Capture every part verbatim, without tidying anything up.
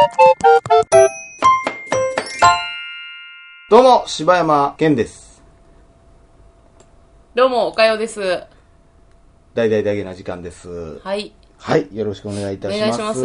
どうも、柴山健です。 どうも、おかよです。 大々だけな時間です。 はい。 はい、よろしくお願いいたします。お願いします。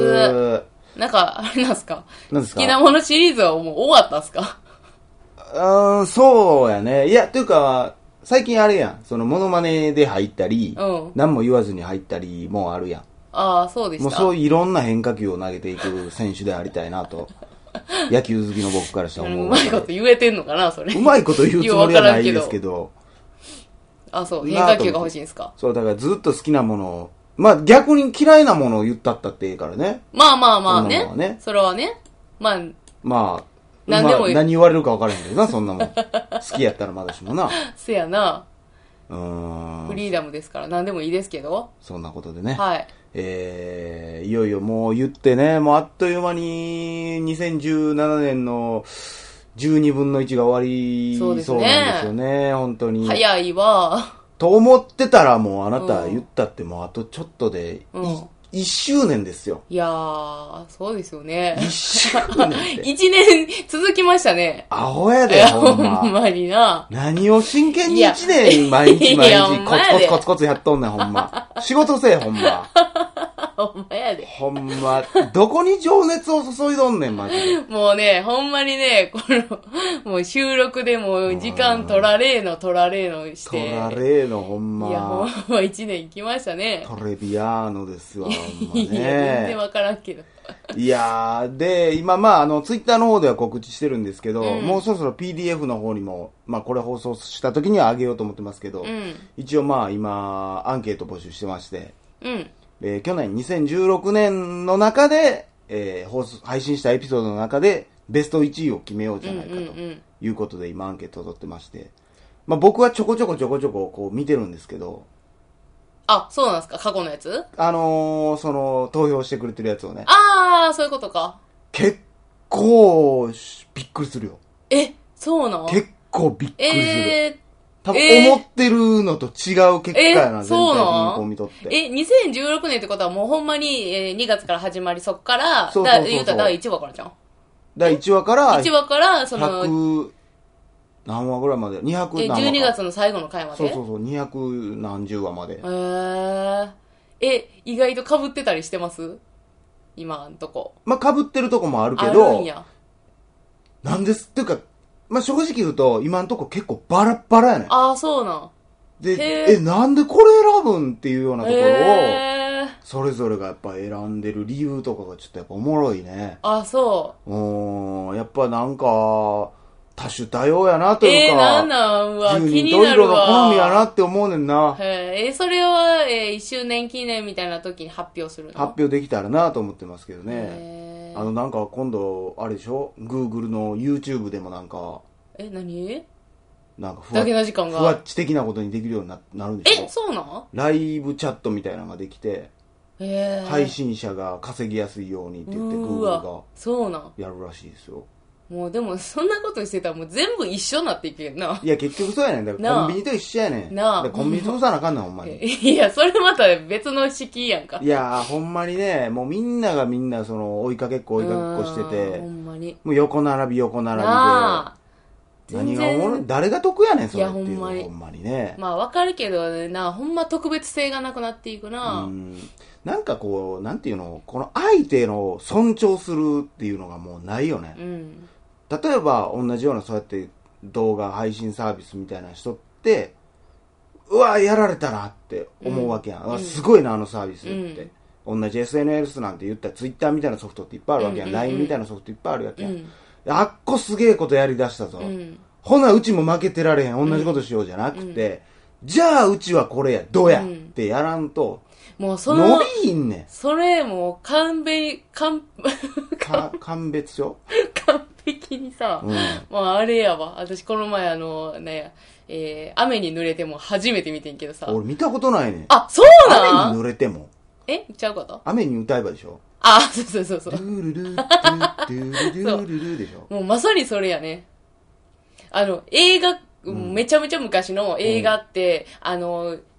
なんか、あれなんすか？ なんですか？ 好きなものシリーズはもう終わったんすか？ うーん、そうやね。いや、というか、最近あれやん。その、モノマネで入ったり、うん、何も言わずに入ったりもあるやん。 ああ、そうでした。 もうそういろんな変化球を投げていく選手でありたいなと。野球好きの僕からしたら思う。 うまいこと言えてんのかな、それ。 うまいこと言うつもりはないですけど。 あ、そう、変化球が欲しいんですか？ そう、だからずっと好きなものを、まあ逆に嫌いなものを言ったったっていいからね。 まあまあまあね。ねそれはね。まあ。 まあ、何でも、まあ、何言われるか分からへんけどな、そんなもん。好きやったらまだしもな。 せやな。 うーん。 フリーダムですから何でもいいですけど。 そんなことでね。 はい。 えー、いよいよもう言ってね、もうあっという間ににせんじゅうななねんのじゅうにぶんのいちが終わりそうなんですよね、本当に。 早いわ。 と思ってたらもうあなた言ったってもうあとちょっとで、うん、いっしゅうねんですよ。 いやー、そうですよね。 いっしゅうねんって。 いちねん続きましたね。 アホやで、ほんま。 ほんまにな。 何を真剣にいちねん毎日毎日コツコツコツコツやっとんねん、ほんま。仕事せえ、ほんま。 ほんまやで。 ほんま、どこに情熱を注いどんねん、マジで。 もうね、ほんまにね、この、もう収録でもう時間取られーの取られーのして。 取られーの、ほんま。 いや、ほんま一年行きましたね。 トレビアーノですわ、ほんまね。 いや、全然わからんけど。 いやー、で、今まあ、あの、ツイッターの方では告知してるんですけど、うん、もうそろそろ ピーディーエフ の方にも、まあ、これ放送した時にはあげようと思ってますけど、うん、一応まあ、今、アンケート募集してまして、 うんえー、去年にせんじゅうろくねんの中で、えー、放送配信したエピソードの中でベストいちいを決めようじゃないかということで今アンケートを取ってまして、まあ、僕はちょこちょこちょこちょここう見てるんですけど。 あ、そうなんですか？過去のやつ？ あのー、その投票してくれてるやつをね。 あー、そういうことか。 結構びっくりするよ。 え、そうなの？ 結構びっくりする。 えー多分思ってるのと違う結果やな、 えー、全体的にこう見とって。 え、にせんじゅうろくねんってことはもうほんまに、えー、にがつから始まり、そっから、そうそうそうそうだ言うたらだいいちわからじゃん。 だいいちわから、 いちわから、その、 ひゃく何話ぐらいまで ?にひゃく 何話か。 え、じゅうにがつの最後の回まで。 そうそうそう、にひゃく何十話まで。 へー。え、意外と被ってたりしてます？今んとこ。 まあ、被ってるとこもあるけど、 あるんや。 なんですっていうか、まあ、正直言うと、今んとこ結構バラッバラやねん。 ああ、そうなん。 で、え、なんでこれ選ぶんっていうようなところを、それぞれがやっぱ選んでる理由とかがちょっとやっぱおもろいね。 あ、そう。 うん、やっぱなんか、多種多様やなというか、 えー、なんなんわ、 じゅうにんと色の好みやなって思うねんな。 へえー、それは、えー、いっしゅうねん記念みたいな時に発表するの？ 発表できたらなと思ってますけどね。あの、なんか今度、あれでしょ ?Google の YouTube でもなんか、 え、何なんかふわだけな時間がふわっち的なことにできるように な, なるんでしょ？ え、そうなん？ ライブチャットみたいなのができて、 へ配信者が稼ぎやすいようにって言って Google がそうなんやるらしいですよ。 もうでもそんなことしてたらもう全部一緒になっていくけどな。 いや結局そうやねん。だからコンビニと一緒やねん。 なあ。 コンビニ潰さなあかんねんほんまに。 いやそれまた別の敷居やんか。 いやほんまにね、もうみんながみんなその追いかけっこ追いかけっこしてて、 ほんまにもう横並び横並びで。な何がおもろい、誰が得やねんそれっていう。いやほんまに。ほんまにね。 まあわかるけどな、ほんま特別性がなくなっていくな。 うんなんかこうなんていうの、この相手の尊重するっていうのがもうないよね。 うん。 例えば同じようなそうやって動画配信サービスみたいな人ってうわやられたなって思うわけやん、うん、すごいなあのサービスって、うん、同じ エスエヌエス なんて言ったら Twitter みたいなソフトっていっぱいあるわけやん、うんうんうん、ライン みたいなソフトいっぱいあるわけやん、うん、あっこすげえことやりだしたぞ、うん、ほなうちも負けてられへん同じことしようじゃなくて、うん、じゃあうちはこれやどうや、うん、ってやらんともうその伸びひんねん。 それもう勘弁勘鑑別書完璧にさ、うん、まああれやわ。私この前あのね、えー、雨に濡れても初めて見てんけどさ。 俺見たことないねん。 あ、そうなん？ 雨に濡れても。 え、ちゃうこと？ 雨に歌えばでしょ。 あ、そうそうそうそう。 ルールルルドゥドゥルルルルルでしょ。 もうまさにそれやね。あの映画、うん、めちゃめちゃ昔の映画って、うん、あの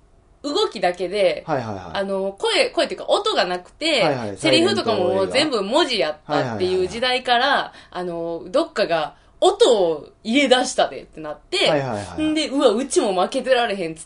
動きだけで、 はいはいはい。 あの、声、声っていうか音がなくて、 はいはい、 セリフとかももう全部文字やったっていう時代から、あの、どっかが音を入れ出したでってなって、 はいはいはい、 んで、うわ、うちも負けてられへんっつって、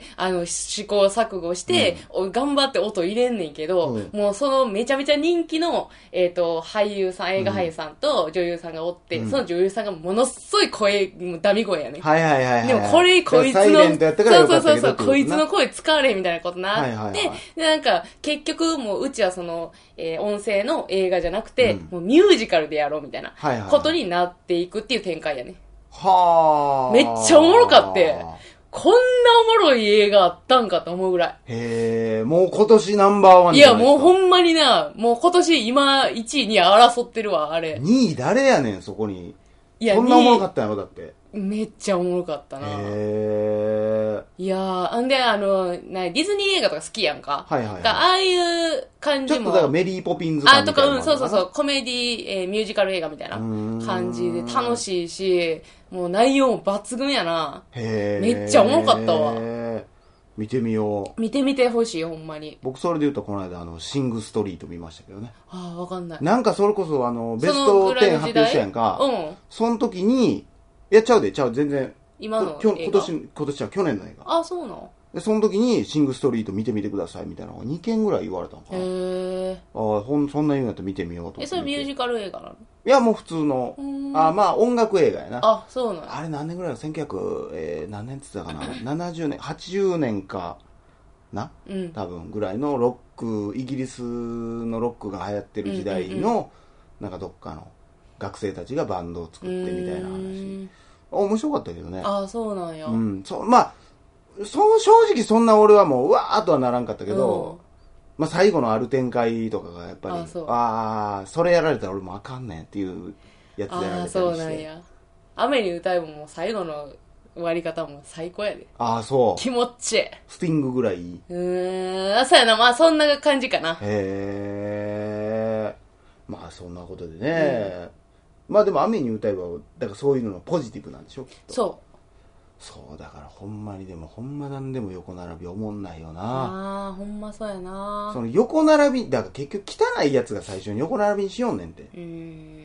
あの、試行錯誤して、うん、頑張って音入れんねんけど、うん、もうそのめちゃめちゃ人気の、えっと、俳優さん、映画俳優さんと女優さんがおって、うん、その女優さんがものすごい声、もうダミ声やね。 はいはいはい、はい。 でもこれ、こいつの、そうそうそうそう、こいつの声使われへんみたいなことになって、はいはいはい、で、なんか、結局もううちはその、えー、音声の映画じゃなくて、うん、もうミュージカルでやろうみたいなことになっていくっていう展開やね。 はあ。 めっちゃおもろかって、こんなおもろい映画あったんかと思うぐらい。 へえ、もう今年ナンバーワンじゃないですか。 いや、もうほんまにな、もう今年今いちいに争ってるわ、あれ。 にい誰やねん、そこに。いや、そんなおもろかったんやろ、だって。 めっちゃおもろかったな。 へー。いやー、あんで、あの、なディズニー映画とか好きやんか。 はいはい、はい。 ああいう感じも。 ちょっとだからメリーポピンズ感みたいな。 あ、とか、うん、そうそうそう、コメディ、えー、ミュージカル映画みたいな感じで楽しいし、もう内容も抜群やな。 へー。 めっちゃおもろかったわ。 見てみよう。見てみてほしい、ほんまに。 僕それで言うとこの間、あの、シングストリート見ましたけどね。 ああ、わかんない。 なんかそれこそ、あの、ベストテン発表したやんか。うん。その時に、いや、ちゃうで、ちゃう、全然。 今の今年、今年は去年の映画。 あ、そうなの？ で、その時に、シングストリート見てみてください、みたいなのがにけんぐらい言われたのかな。へー。 ああ、ほん、そんな言うんやったら見てみようと思って。 え、それミュージカル映画なの？ いや、もう普通の。ああ、まあ、音楽映画やな。 あ、そうなの？ あれ何年ぐらいだ ?せんきゅうひゃく、えー、何年って言ってたかな。ななじゅうねん、はちじゅうねんか。な、うん、多分ぐらいのロック、イギリスのロックが流行ってる時代の、うんうんうん、なんかどっかの学生たちがバンドを作ってみたいな話。面白かったけどね。 ああ、そうなんや。 うん。そう、まあ、そ正直そんな俺はもう、うわーっとはならんかったけど、うん、まあ最後のある展開とかがやっぱり、あ, ああ、それやられたら俺もあかんねんっていうやつやられたりして。ああ、そうなんや。 雨に歌えばもう最後の終わり方も最高やで。 ああ、そう。 気持ちいい。 スティングぐらい。うーん。あ、そうやな。まあ、そんな感じかな。 へえ。まあ、そんなことでね。うん、まあ、でも雨に歌えば、だからそういうののポジティブなんでしょ、きっと。 そう。 そう、だからほんまにでも、ほんまなんでも横並びおもんないよな。 ああ、ほんまそうやな。 その横並び、だから結局汚いやつが最初に横並びにしようねんって。うん。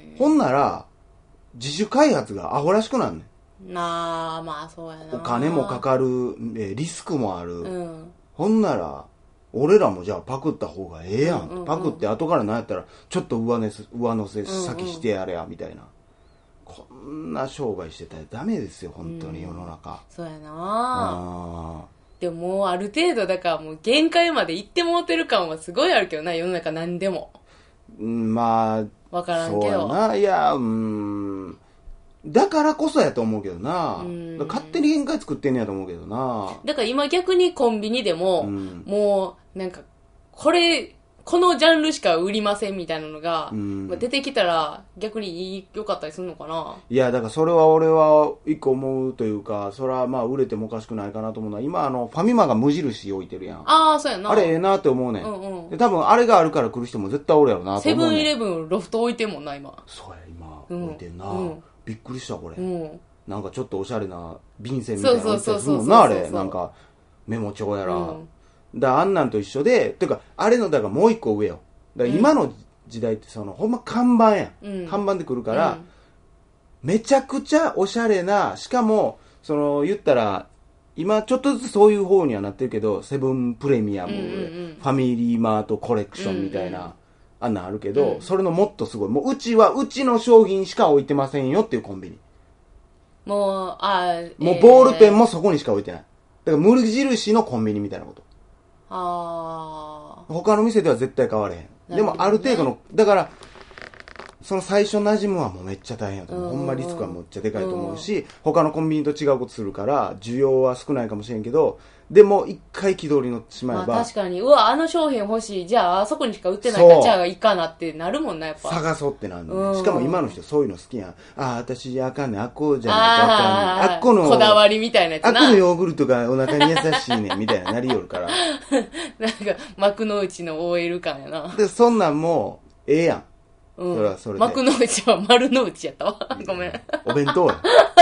ほんなら、自主開発がアホらしくなんねん。 なあ、まあそうやな。 お金もかかる、えー、リスクもある、うん、ほんなら俺らもじゃあパクった方がええやん、うんうんうん、パクって後からなんやったらちょっと上乗せ上乗せ先してやれや、みたいな、うんうん、こんな商売してたらダメですよ本当に世の中、うん、 そうやなあ。でももうある程度だからもう限界まで行ってもうてる感はすごいあるけどな、世の中何でも、 うん、まあ分からんけど、 そうやな。いや、うーん、だからこそやと思うけどな。勝手に限界作ってんねやと思うけどな。 だから今逆にコンビニでも、うん、もうなんかこれこのジャンルしか売りませんみたいなのが、うん、出てきたら逆に良かったりするのかな。 いや、だからそれは俺は一個思うというか、それはまあ売れてもおかしくないかなと思うのは、今あのファミマが無印置いてるやん。 ああ、そうやな。 あれええなって思うねん、うんうん、で多分あれがあるから来る人も絶対おるやろなと思うねん。 セブンイレブンロフト置いてんもんな今。 そうや、今置いてんな、うんうん、びっくりしたこれ、うん、なんかちょっとおしゃれな便箋みたいなの置いてたりするもんな、あれなんかメモ帳やら、うん、だからあんなんと一緒で、てかあれのだからもう一個上よ。だから今の時代ってその、うん、ほんま看板やん、うん、看板で来るから、うん、めちゃくちゃおしゃれな、しかもその言ったら今ちょっとずつそういう方にはなってるけど、セブンプレミアム、うんうんうん、ファミリーマートコレクションみたいな、うんうん、あんなんあるけど、うん、それのもっとすごい、もううちはうちの商品しか置いてませんよっていうコンビニ。 もう、あー、 もうボールペンもそこにしか置いてない。だから無印のコンビニみたいなこと。 ああ。他の店では絶対買われへん。でもある程度の、だから、その最初馴染むはもうめっちゃ大変やと思う。ほんまリスクはめっちゃでかいと思うし、他のコンビニと違うことするから、需要は少ないかもしれんけど、でも一回軌道に乗ってしまえば、 まあ、確かに、うわ、あの商品欲しい、じゃああそこにしか売ってないから、じゃあいいかなってなるもんな、やっぱ。 探そうってなんの、ね、しかも今の人そういうの好きやん。ああ、私あかんねん、あっこじゃないとあかんねん。あっこの、 こだわりみたいなやつな。 あっこのヨーグルトがお腹に優しいねん、みたいななりよるから。 なんか、幕の内の オーエル 感やな。 で、そんなんもう、ええやん。 うん、それはそれで。幕の内は丸の内やったわ。ごめん。 お弁当や。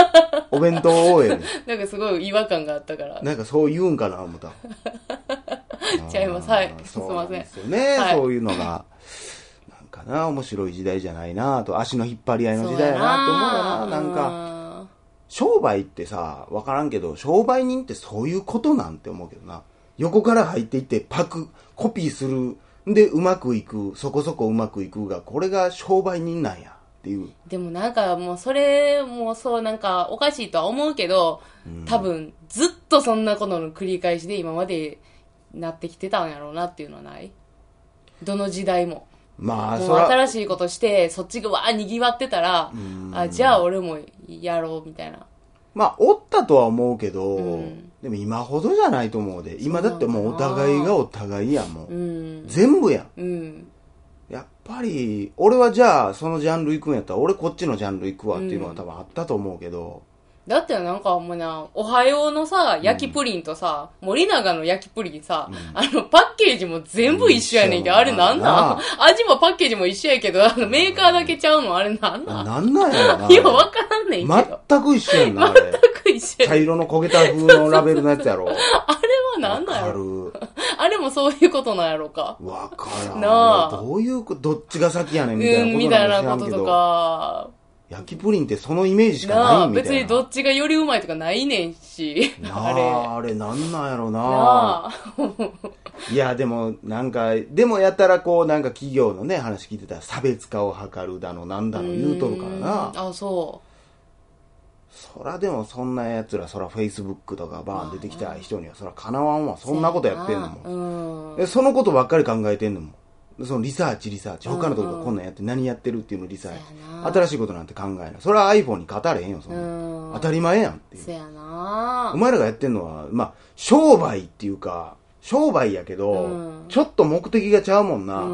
お弁当 オーエル。 なんかすごい違和感があったから。 なんかそう言うんかな、思った。 ちゃいます。はい。すいません。 そうですよね、はい。そういうのが。なんかな、面白い時代じゃないなと、足の引っ張り合いの時代やなって思うよな、なんか。商売ってさ、わからんけど、商売人ってそういうことなんて思うけどな。横から入っていってパク、コピーする。で、うまくいく。そこそこうまくいくが、これが商売人なんや。っていう。 でもなんかもうそれもそうなんかおかしいとは思うけど、うん、多分ずっとそんなことの繰り返しで今までなってきてたんやろうなっていうのはない？どの時代も。まあ、もう新しいことしてそっちがわーにぎわってたら、あ、じゃあ俺もやろうみたいな。 まあ、おったとは思うけど、うん、でも今ほどじゃないと思うで。今だってもうお互いがお互いやもん。うん、全部やん。うん、やっぱり、俺はじゃあそのジャンル行くんやったら俺こっちのジャンル行くわっていうのは多分あったと思うけど、 だってなんかもうな、おはようのさ、焼きプリンとさ、うん、森永の焼きプリンさ、うん、あの、パッケージも全部一緒やねんけど、うん、あれなんなん味もパッケージも一緒やけど、あの、メーカーだけちゃうのあれなんなんなんなんやろな。 今わからんねんけど。 全く一緒やんな、あれ。 全く一緒や。 茶色の焦げた風のラベルのやつやろ。 あれはなんなんやろ。あれもそういうことなんやろか。 わからん。なあ。どういう、どっちが先やねんみたいなことなんか知らんけど。うん、みたいなこととか。焼きプリンってそのイメージしかないみたいな。 別にどっちがよりうまいとかないねんし。 あれ。あれなんなんやろな。ないや、でも、なんか、でもやったらこう、なんか企業のね、話聞いてたら差別化を図るだの、なんだの言うとるからな。 あ、そう。 そらでもそんな奴ら、そらフェイスブックとかバーン出てきた人には、そらかなわんわ。そんなことやってんのもん。え、そのことばっかり考えてんのもん。そのリサーチリサーチ他のところがこんなんやって何やってるっていうのをリサーチ、新しいことなんて考えない。それは iPhone に語れへんよ、そんな当たり前やんっていう。 そやなお前らがやってんのはまあ商売っていうか商売やけど、うん、ちょっと目的がちゃうもんな、うん、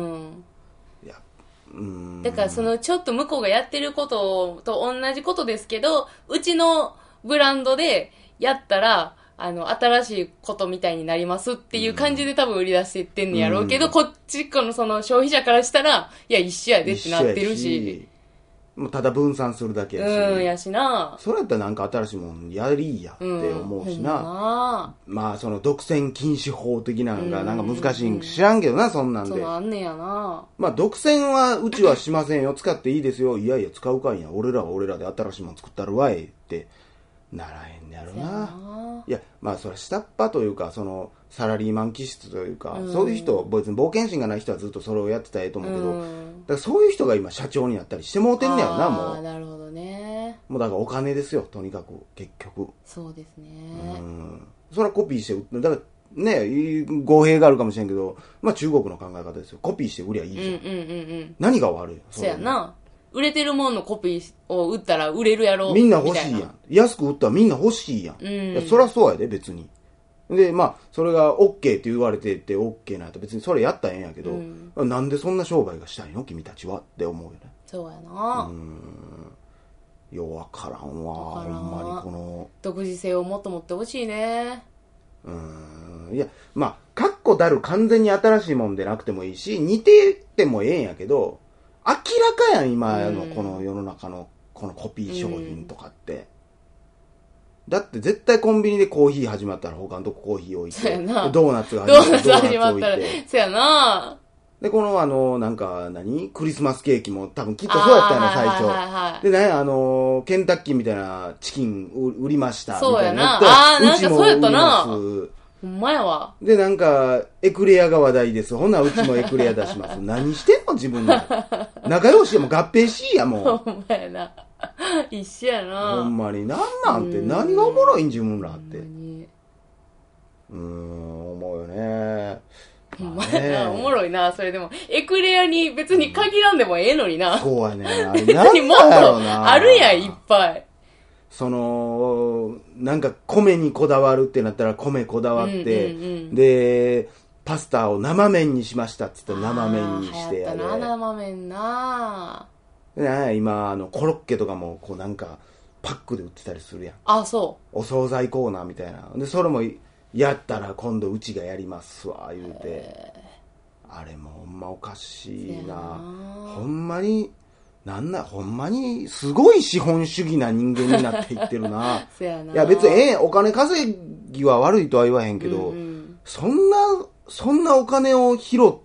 いやうーんだからそのちょっと向こうがやってることと同じことですけど、うちのブランドでやったらあの、新しいことみたいになりますっていう感じで多分売り出していってんねやろうけど、うん、こっちのその消費者からしたら、いや、一緒やでってなってるし。 もうただ分散するだけやし。 うん、やしな。 それやったらなんか新しいもんやりやって思うしな。うん、なまあ、その独占禁止法的なのがなんか難しいん知らんけどな、そんなんで。そうなんねやな。 まあ、独占はうちはしませんよ。使っていいですよ。いやいや、使うかいや。俺らは俺らで新しいもん作ったるわいって。ならへんねやろな。いや、まあそれ下っ端というか、そのサラリーマン気質というか、うん、そういう人、別に冒険心がない人はずっとそれをやってたらええと思うけど、うん、だからそういう人が今社長になったりしてもうてんねやろな、もう。 ああ、なるほどね。 もうだからお金ですよ、とにかく、結局。 そうですね。 うん。それはコピーして売って、だからね、語弊があるかもしれんけど、まあ中国の考え方ですよ。コピーして売りゃいいじゃん。うんうんうんうん。何が悪い？ そうやな。売れてるもんのコピーを売ったら売れるやろみんな欲しいやん。安く売ったらみんな欲しいやん。うん、いやそりゃそうやで、別に。で、まあ、それが OK って言われてて OK なんやと別にそれやったらええんやけど、うん、なんでそんな商売がしたいの君たちはって思うよね。 そうやな。 うん。ようわからんわ。ほんまにこの。 独自性をもっと持ってほしいね。 うん。いや、まあ、確固たる完全に新しいもんでなくてもいいし、似ててもええんやけど、明らかやん、今のこの世の中のこのコピー商品とかって。うん、だって絶対コンビニでコーヒー始まったら他のとこコーヒー置いて、ドーナツが始まったら、そやな。 で、このあの、なんか何クリスマスケーキも多分きっとそうやったよな、最初。はいはいはい、でね、あの、ケンタッキーみたいなチキン売りました。 そうやな。 ああ、なんかそうやったな。ほんまやわ。 で、なんか、エクレアが話題です。ほな、うちもエクレア出します。何してんの自分で。仲良しやも合併しいやもう。 ほんまやな。一緒やな。 ほんまに。なんなんて、何がおもろいん自分らって。うーん、思うよね。 ほんまやな。おもろいな。それでも、エクレアに別に限らんでもええのにな。 そうやね。あれ別にもっとあるやん、いっぱい。 そのなんか米にこだわるってなったら米こだわって、うんうんうん、でパスタを生麺にしましたっつって生麺にしてやる。 流行ったな生麺な。 ね、今あのコロッケとかもこうなんかパックで売ってたりするやん。 あ、そう。 お惣菜コーナーみたいな。でそれもやったら今度うちがやりますわ言うて、あれもほんまおかしいな。ほんまになんな、ほんまに、すごい資本主義な人間になっていってるな。 そやな。 いや別にええ、お金稼ぎは悪いとは言わへんけど、うんうん、そんな、そんなお金を拾って、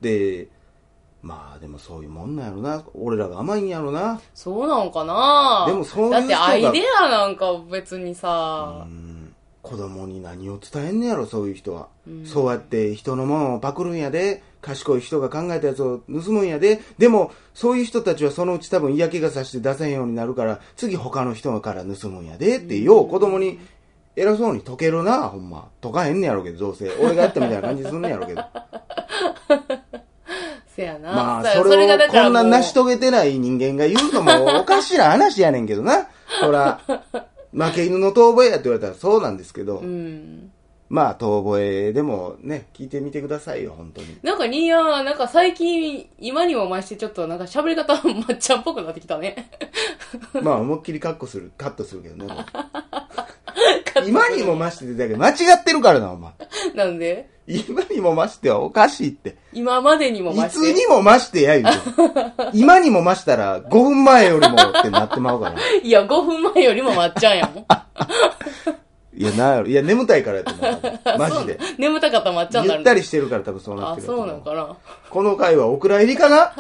まあでもそういうもんなんやろな。俺らが甘いんやろな。 そうなんかな。 でもそういう人がだってアイデアなんか別にさ、 うん、子供に何を伝えんねやろ、そういう人は。うん、そうやって人のものをパクるんやで、賢い人が考えたやつを盗むんやで、でもそういう人たちはそのうち多分嫌気がさして出せへんようになるから、次他の人から盗むんやでって、よう子供に偉そうに解けるな、ほんま。解かへんねやろうけど、どうせ。俺がやったみたいな感じすんねやろうけど。 せやな。 まあ、それをこんな成し遂げてない人間が言うのもおかしな話やねんけどな。ほら、負け犬の遠吠えやって言われたらそうなんですけど、うん、まあ、遠吠えでもね、聞いてみてくださいよ、本当に。 なんか、ニーヤー、なんか最近、今にも増してちょっとなんか喋り方、まっちゃんっぽくなってきたね。 まあ、思いっきりカットする、カットするけどね。今にも増してて、だけど間違ってるからな、お前。 なんで？ 今にも増してはおかしいって。 今までにも増して。 いつにも増してや、言うて。今にも増したらごふんまえよりもってなってまうから。 いや、ごふんまえよりもまっちゃんやもん。 いや、なんやろ。いや、眠たいからやと思う。マジで。 眠たかったまっちゃんになる。 ゆったりしてるから多分そうなってる。 あ、そうなのかな。 この回はお蔵入りかな。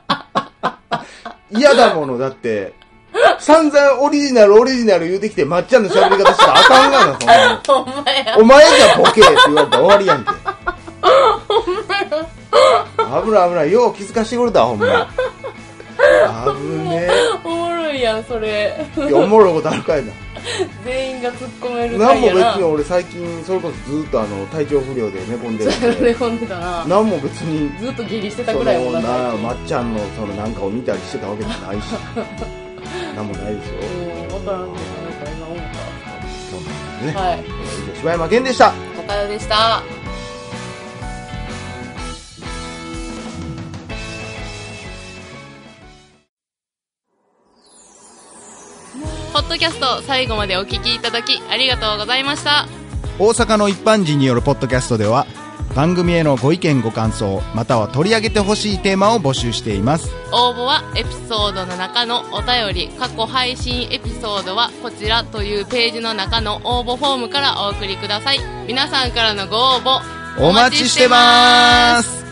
嫌だもの、だって。散々オリジナルオリジナル言うてきて、まっちゃんの喋り方したらあかんがな、そんなの。 ほんまや。 お前じゃボケって言われたら終わりやんけ。 ほんまや。 危ない危ない。よう気づかしてくれた、ほんま。危ねえ。 おもろいやん、それ。 いや、おもろいことあるかいな。 全員が突っ込めるなんも別に俺最近、それこそずっとあの、体調不良で寝込んでるんで。 寝込んでたな。 なんも別に。 ずっと下痢してたぐらいもんな。 まっちゃんのそのなんかを見たりしてたわけじゃないし。なんもないですよ。 うん、わからんけど、なんか今思った。 そうなんですね。 はい。 以上、柴山健でした。 高代でした。ポッドキャスト最後までお聞きいただきありがとうございました。 大阪の一般人によるポッドキャストでは番組へのご意見ご感想または取り上げてほしいテーマを募集しています。 応募はエピソードの中のお便り過去配信エピソードはこちらというページの中の応募フォームからお送りください。皆さんからのご応募お待ちしてます。